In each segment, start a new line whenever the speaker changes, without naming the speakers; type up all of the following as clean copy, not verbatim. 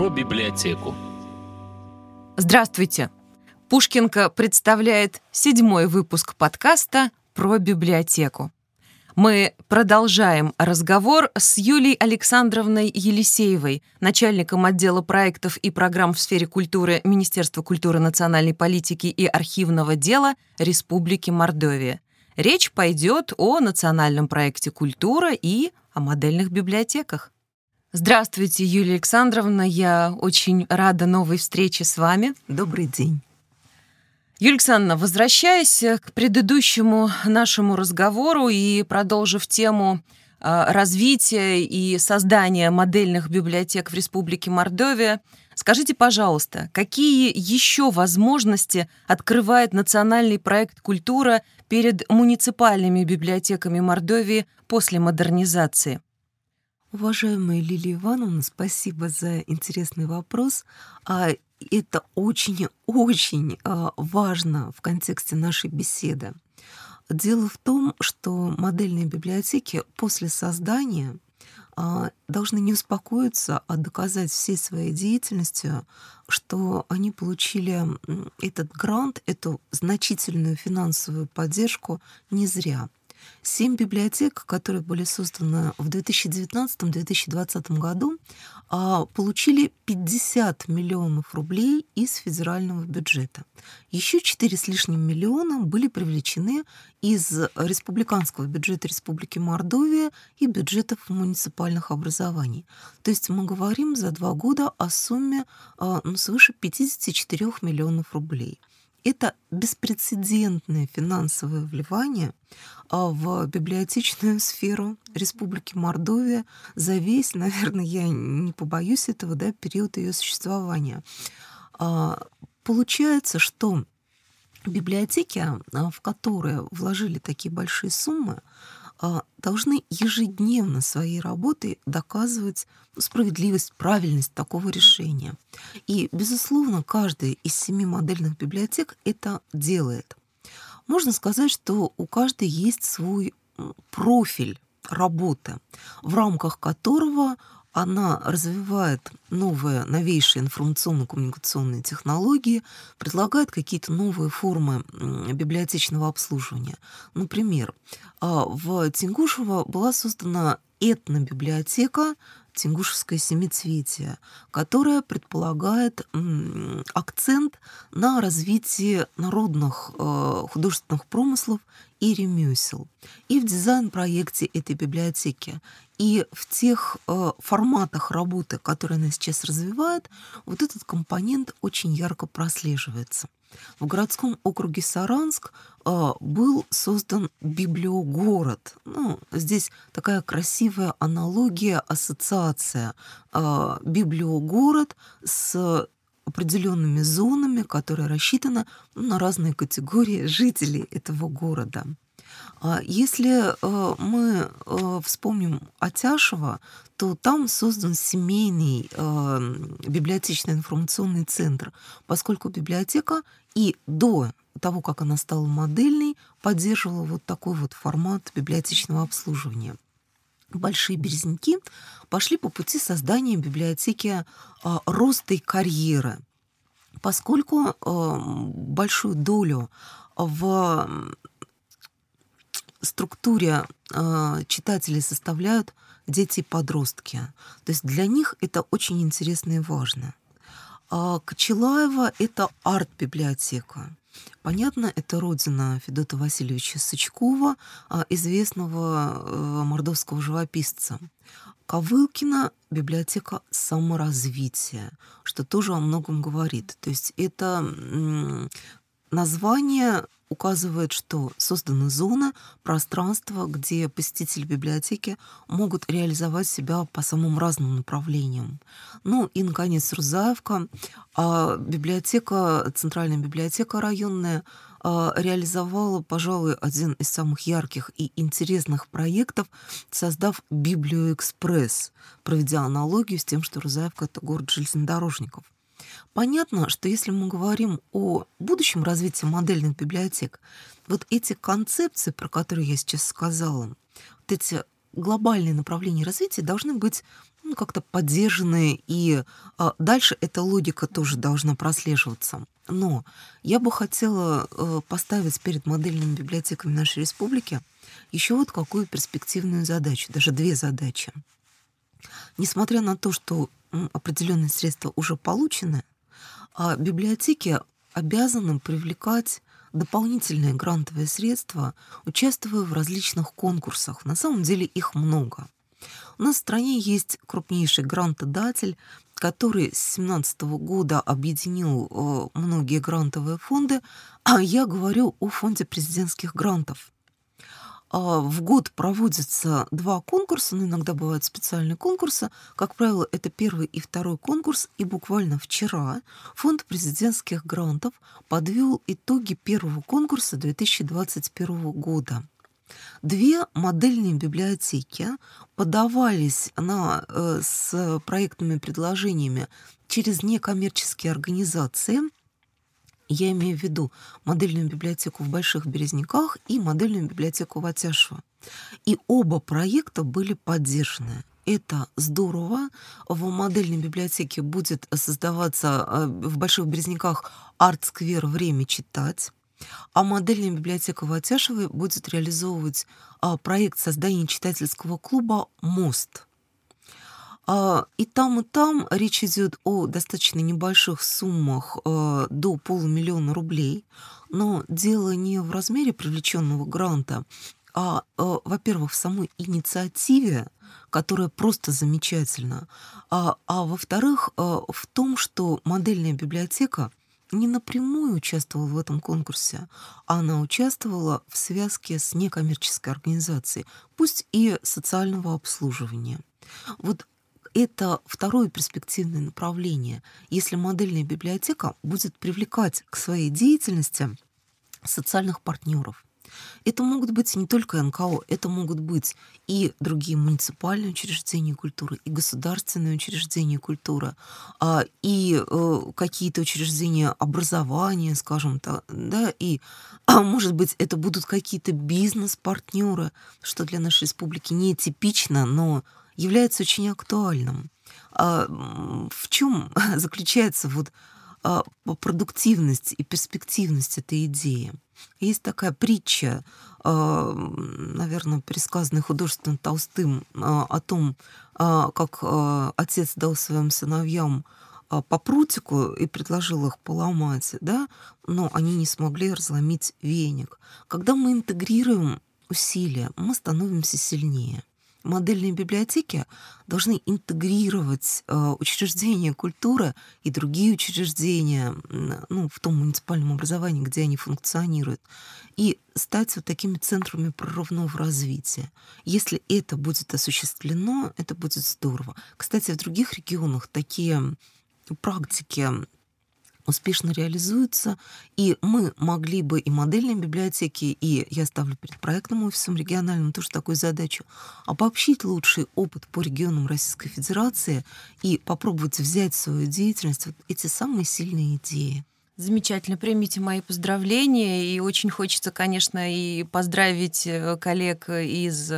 про библиотеку.
Здравствуйте! Пушкинка представляет 7-й выпуск подкаста про библиотеку. Мы продолжаем разговор с Юлией Александровной Елисеевой, начальником отдела проектов и программ в сфере культуры Министерства культуры, национальной политики и архивного дела Республики Мордовия. Речь пойдет о национальном проекте «Культура» и о модельных библиотеках. Здравствуйте, Юлия Александровна, я очень рада новой встрече с вами.
Добрый день.
Юлия Александровна, возвращаясь к предыдущему нашему разговору и продолжив тему развития и создания модельных библиотек в Республике Мордовия, скажите, пожалуйста, какие еще возможности открывает национальный проект «Культура» перед муниципальными библиотеками Мордовии после модернизации?
Уважаемая Лилия Ивановна, спасибо за интересный вопрос. Это очень-очень важно в контексте нашей беседы. Дело в том, что модельные библиотеки после создания должны не успокоиться, а доказать всей своей деятельностью, что они получили этот грант, эту значительную финансовую поддержку не зря. 7 библиотек, которые были созданы в 2019-2020 году, получили 50 миллионов рублей из федерального бюджета. Еще 4 с лишним миллиона были привлечены из республиканского бюджета Республики Мордовия и бюджетов муниципальных образований. То есть мы говорим за 2 года о сумме свыше 54 миллионов рублей. Это беспрецедентное финансовое вливание в библиотечную сферу Республики Мордовия за весь, наверное, я не побоюсь этого, период ее существования. Получается, что библиотеки, в которые вложили такие большие суммы, должны ежедневно своей работой доказывать справедливость, правильность такого решения. И, безусловно, каждая из 7 модельных библиотек это делает. Можно сказать, что у каждой есть свой профиль работы, в рамках которого она развивает новые, новейшие информационно-коммуникационные технологии, предлагает какие-то новые формы библиотечного обслуживания. Например, в Тенгушево была создана этнобиблиотека «Тенгушевское семицветие», которая предполагает акцент на развитии народных художественных промыслов и ремесел. И в дизайн-проекте этой библиотеки, и в тех форматах работы, которые она сейчас развивает, вот этот компонент очень ярко прослеживается. В городском округе Саранск был создан библиогород. Здесь такая красивая аналогия, ассоциация. Библиогород с определенными зонами, которые рассчитаны на разные категории жителей этого города. Если мы вспомним Атяшево, то там создан семейный библиотечно-информационный центр, поскольку библиотека и до того, как она стала модельной, поддерживала вот такой вот формат библиотечного обслуживания. Большие Березники пошли по пути создания библиотеки роста и карьеры, поскольку большую долю в структуре читателей составляют дети и подростки. То есть для них это очень интересно и важно. Кочелаево — это арт-библиотека. Понятно, это родина Федота Васильевича Сычкова, известного мордовского живописца. Ковылкино — библиотека саморазвития, что тоже о многом говорит. То есть это название указывает, что созданы зоны, пространства, где посетители библиотеки могут реализовать себя по самым разным направлениям. И, наконец, Рузаевка, Центральная библиотека районная, реализовала, пожалуй, один из самых ярких и интересных проектов, создав Библиоэкспресс, проведя аналогию с тем, что Рузаевка — это город железнодорожников. Понятно, что если мы говорим о будущем развитии модельных библиотек, вот эти концепции, про которые я сейчас сказала, вот эти глобальные направления развития должны быть как-то поддержаны, и дальше эта логика тоже должна прослеживаться. Но я бы хотела поставить перед модельными библиотеками нашей республики еще вот какую перспективную задачу, даже две задачи. Несмотря на то, что определенные средства уже получены, библиотеки обязаны привлекать дополнительные грантовые средства, участвуя в различных конкурсах. На самом деле их много. У нас в стране есть крупнейший грантодатель, который с 2017 года объединил многие грантовые фонды, а я говорю о фонде президентских грантов. В год проводятся два конкурса, но иногда бывают специальные конкурсы. Как правило, это первый и второй конкурс. И буквально вчера фонд президентских грантов подвел итоги первого конкурса 2021 года. Две модельные библиотеки подавались с проектными предложениями через некоммерческие организации. Я имею в виду модельную библиотеку в Больших Березняках и модельную библиотеку в Атяшево. И оба проекта были поддержаны. Это здорово. В модельной библиотеке будет создаваться в Больших Березняках арт-сквер «Время читать». А модельная библиотека в Атяшевой будет реализовывать проект создания читательского клуба «Мост». И там речь идет о достаточно небольших суммах до 500 000 рублей. Но дело не в размере привлеченного гранта, во-первых, в самой инициативе, которая просто замечательна, во-вторых, в том, что модельная библиотека не напрямую участвовала в этом конкурсе, а она участвовала в связке с некоммерческой организацией, пусть и социального обслуживания. Вот это второе перспективное направление. Если модельная библиотека будет привлекать к своей деятельности социальных партнеров. Это могут быть не только НКО, это могут быть и другие муниципальные учреждения культуры, и государственные учреждения культуры, и какие-то учреждения образования, скажем так, да, и, может быть, это будут какие-то бизнес-партнеры, что для нашей республики нетипично, но является очень актуальным. В чем заключается продуктивность и перспективность этой идеи? Есть такая притча, наверное, пересказанная художественным Толстым, о том, как отец дал своим сыновьям по прутику и предложил их поломать, да, но они не смогли разломить веник. Когда мы интегрируем усилия, мы становимся сильнее. Модельные библиотеки должны интегрировать учреждения культуры и другие учреждения в том муниципальном образовании, где они функционируют, и стать вот такими центрами прорывного развития. Если это будет осуществлено, это будет здорово. Кстати, в других регионах такие практики успешно реализуются, и мы могли бы и модельные библиотеки, и я ставлю перед проектным офисом региональным тоже такую задачу, обобщить лучший опыт по регионам Российской Федерации и попробовать взять в свою деятельность вот эти самые сильные идеи.
Замечательно, примите мои поздравления. И очень хочется, конечно, и поздравить коллег из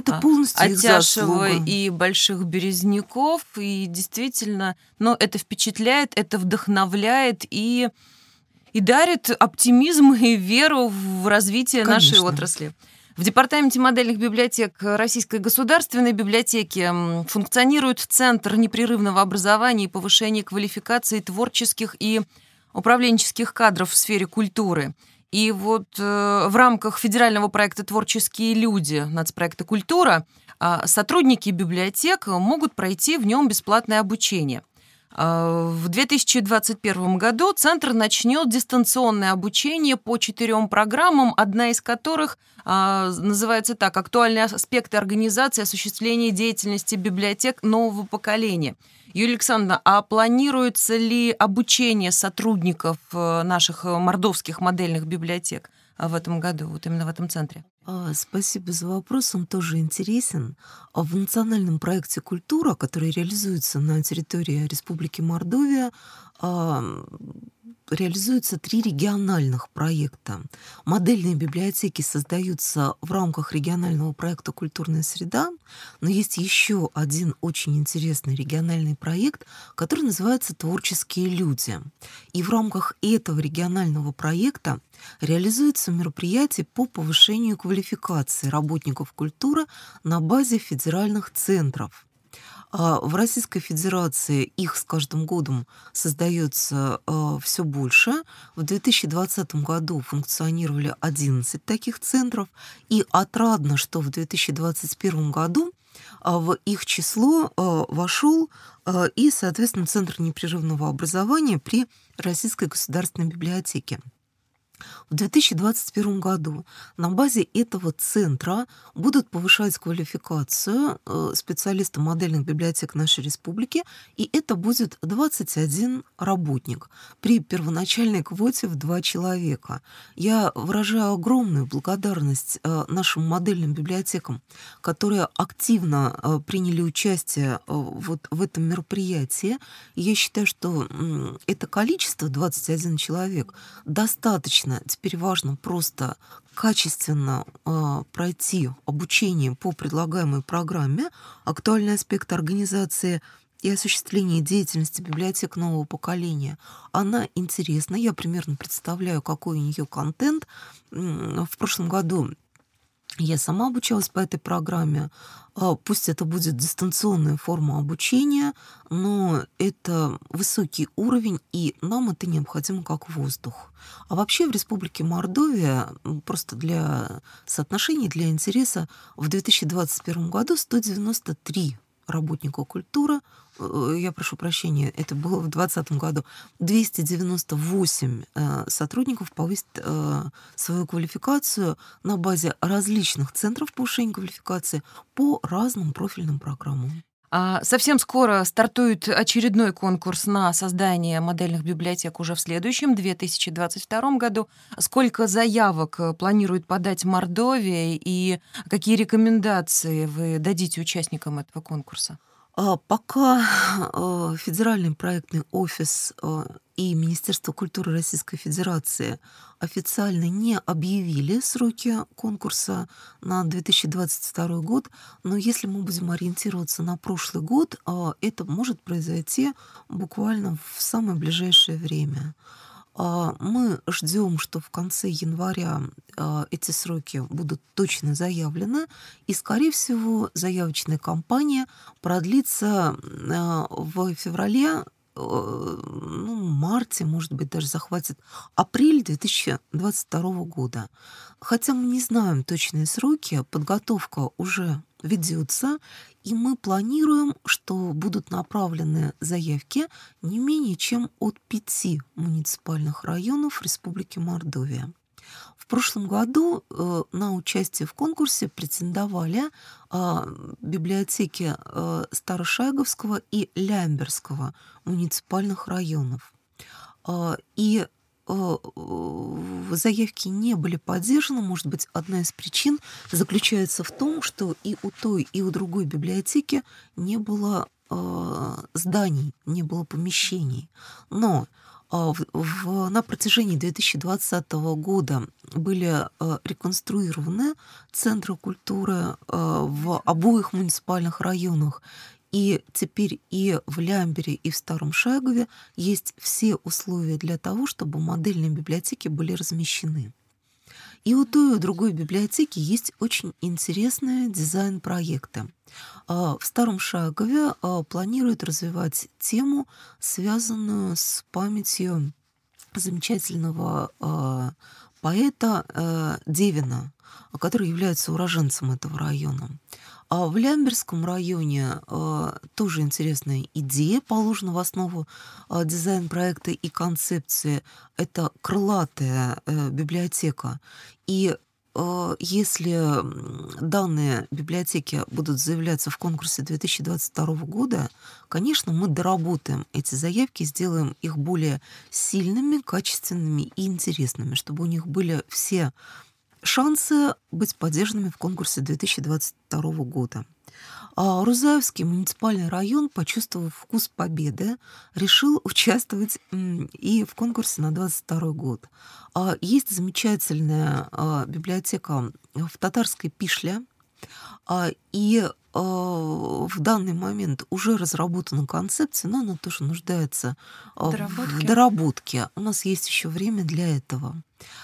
Атяшева и Больших Березняков. И действительно, это впечатляет, это вдохновляет и дарит оптимизм и веру в развитие нашей отрасли. В Департаменте модельных библиотек Российской государственной библиотеки функционирует Центр непрерывного образования и повышения квалификации творческих и управленческих кадров в сфере культуры. И в рамках федерального проекта «Творческие люди» нацпроекта «Культура» сотрудники библиотек могут пройти в нем бесплатное обучение. В 2021 году Центр начнет дистанционное обучение по 4 программам, одна из которых называется так: «Актуальные аспекты организации и осуществления деятельности библиотек нового поколения». Юлия Александровна, а планируется ли обучение сотрудников наших мордовских модельных библиотек в этом году, именно в этом центре?
Спасибо за вопрос, он тоже интересен. В национальном проекте «Культура», который реализуется на территории Республики Мордовия, реализуются 3 региональных проекта. Модельные библиотеки создаются в рамках регионального проекта «Культурная среда», но есть еще один очень интересный региональный проект, который называется «Творческие люди». И в рамках этого регионального проекта реализуются мероприятия по повышению квалификации работников культуры на базе федеральных центров. В Российской Федерации их с каждым годом создается все больше. В 2020 году функционировали 11 таких центров, и отрадно, что в 2021 году в их число вошел и, соответственно, Центр непрерывного образования при Российской государственной библиотеке. В 2021 году на базе этого центра будут повышать квалификацию специалистов модельных библиотек нашей республики, и это будет 21 работник при первоначальной квоте в 2 человека. Я выражаю огромную благодарность нашим модельным библиотекам, которые активно приняли участие вот в этом мероприятии. И я считаю, что это количество, 21 человек, достаточно. Теперь важно просто качественно пройти обучение по предлагаемой программе, актуальный аспект организации и осуществления деятельности библиотек нового поколения. Она интересна, я примерно представляю, какой у нее контент. В прошлом году я сама обучалась по этой программе. Пусть это будет дистанционная форма обучения, но это высокий уровень, и нам это необходимо как воздух. А вообще в Республике Мордовия, просто для соотношения, для интереса, в 2021 году 193 работника культуры, я прошу прощения, это было в 2020 году, 298 сотрудников повысят свою квалификацию на базе различных центров повышения квалификации по разным профильным программам.
Совсем скоро стартует очередной конкурс на создание модельных библиотек уже в следующем, 2022 году. Сколько заявок планирует подать Мордовия и какие рекомендации вы дадите участникам этого конкурса?
Пока Федеральный проектный офис и Министерство культуры Российской Федерации официально не объявили сроки конкурса на 2022 год, но если мы будем ориентироваться на прошлый год, это может произойти буквально в самое ближайшее время. Мы ждем, что в конце января эти сроки будут точно заявлены, и, скорее всего, заявочная кампания продлится в феврале, марте, может быть, даже захватит апрель 2022 года. Хотя мы не знаем точные сроки, подготовка уже ведется, и мы планируем, что будут направлены заявки не менее чем от 5 муниципальных районов Республики Мордовия. В прошлом году на участие в конкурсе претендовали библиотеки Старошайговского и Лямберского муниципальных районов. И заявки не были поддержаны. Может быть, одна из причин заключается в том, что и у той, и у другой библиотеки не было зданий, не было помещений. Но на протяжении 2020 года были реконструированы центры культуры в обоих муниципальных районах. И теперь и в Лямбере, и в Старом Шайгове есть все условия для того, чтобы модельные библиотеки были размещены. И у той, и у другой библиотеки есть очень интересные дизайн-проекты. В Старом Шайгове планируют развивать тему, связанную с памятью замечательного поэта Девина, который является уроженцем этого района. А в Лямберском районе тоже интересная идея, положена в основу дизайн-проекта и концепции. Это крылатая библиотека. И если данные библиотеки будут заявляться в конкурсе 2022 года, конечно, мы доработаем эти заявки, сделаем их более сильными, качественными и интересными, чтобы у них были все шансы быть поддержанными в конкурсе 2022 года. Рузаевский муниципальный район, почувствовав вкус победы, решил участвовать и в конкурсе на 2022 год. Есть замечательная библиотека в татарской Пишле, и в данный момент уже разработана концепция, но она тоже нуждается в доработке. У нас есть еще время для этого.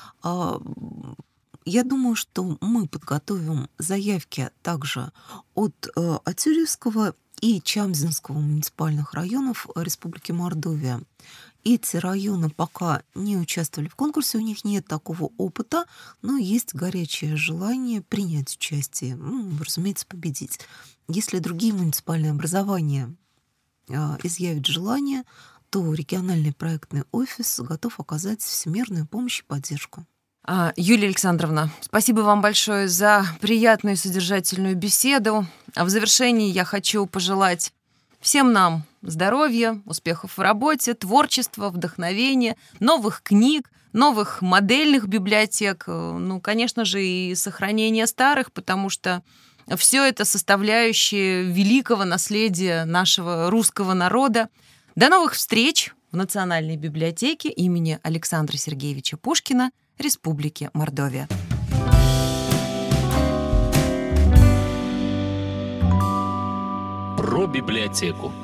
Я думаю, что мы подготовим заявки также от Атюревского и Чамзинского муниципальных районов Республики Мордовия. Эти районы пока не участвовали в конкурсе, у них нет такого опыта, но есть горячее желание принять участие, разумеется, победить. Если другие муниципальные образования изъявят желание, то региональный проектный офис готов оказать всемирную помощь и поддержку.
Юлия Александровна, спасибо вам большое за приятную и содержательную беседу. А в завершении я хочу пожелать всем нам здоровья, успехов в работе, творчества, вдохновения, новых книг, новых модельных библиотек, конечно же, и сохранения старых, потому что все это составляющие великого наследия нашего русского народа. До новых встреч в Национальной библиотеке имени Александра Сергеевича Пушкина Республики Мордовия.
Про библиотеку.